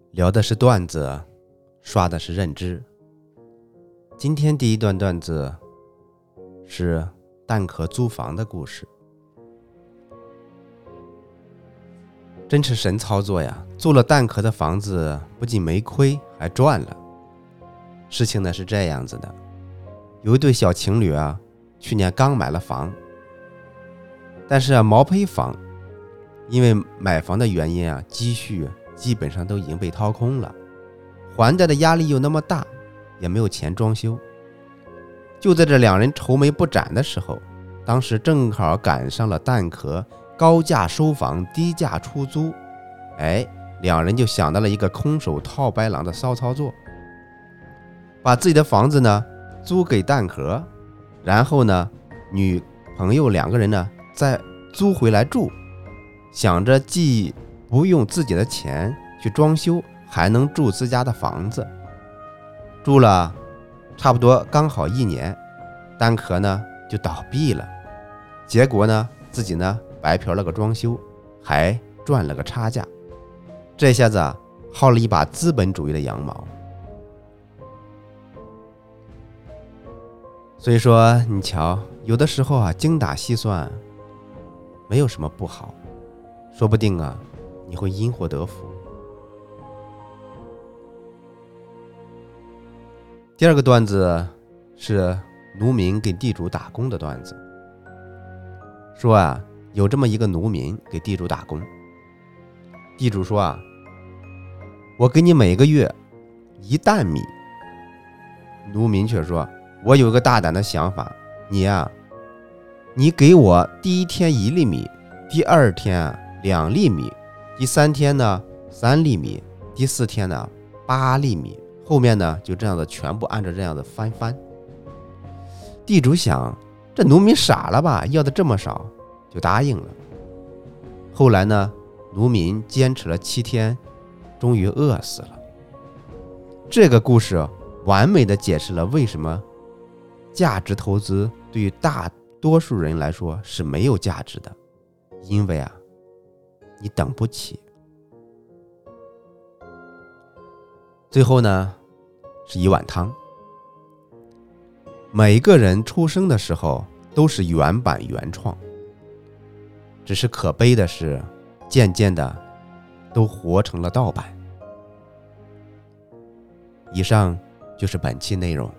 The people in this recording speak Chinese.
聊的是段子，刷的是认知。今天第一段段子是蛋壳租房的故事。真是神操作呀，租了蛋壳的房子不仅没亏还赚了。事情呢是这样子的，有一对小情侣去年刚买了房，但是毛坯房，因为买房的原因积蓄基本上都已经被掏空了，还贷的压力又那么大，也没有钱装修。就在这两人愁眉不展的时候，当时正好赶上了蛋壳高价收房低价出租，两人就想到了一个空手套白狼的骚操作，把自己的房子呢租给蛋壳，然后呢女朋友两个人呢再租回来住，想着既不用自己的钱去装修，还能住自家的房子。住了差不多刚好1年，蛋壳呢就倒闭了，结果呢自己呢白嫖了个装修，还赚了个差价，这下子薅了一把资本主义的羊毛。所以说你瞧，有的时候精打细算没有什么不好，说不定你会因祸得福。第二个段子是农民给地主打工的段子。说有这么一个农民给地主打工，地主说我给你每个月1担米。农民却说，我有个大胆的想法，你给我第一天1粒米，第二天2粒米，第3天呢3粒米，第4天呢8粒米，后面呢就这样的全部按照这样的翻。地主想，这农民傻了吧，要的这么少，就答应了。后来呢，农民坚持了7天，终于饿死了。这个故事完美的解释了为什么价值投资对于大多数人来说是没有价值的，因为你等不起。最后呢是一碗汤。每个人出生的时候都是原版原创，只是可悲的是渐渐的都活成了盗版。以上就是本期内容。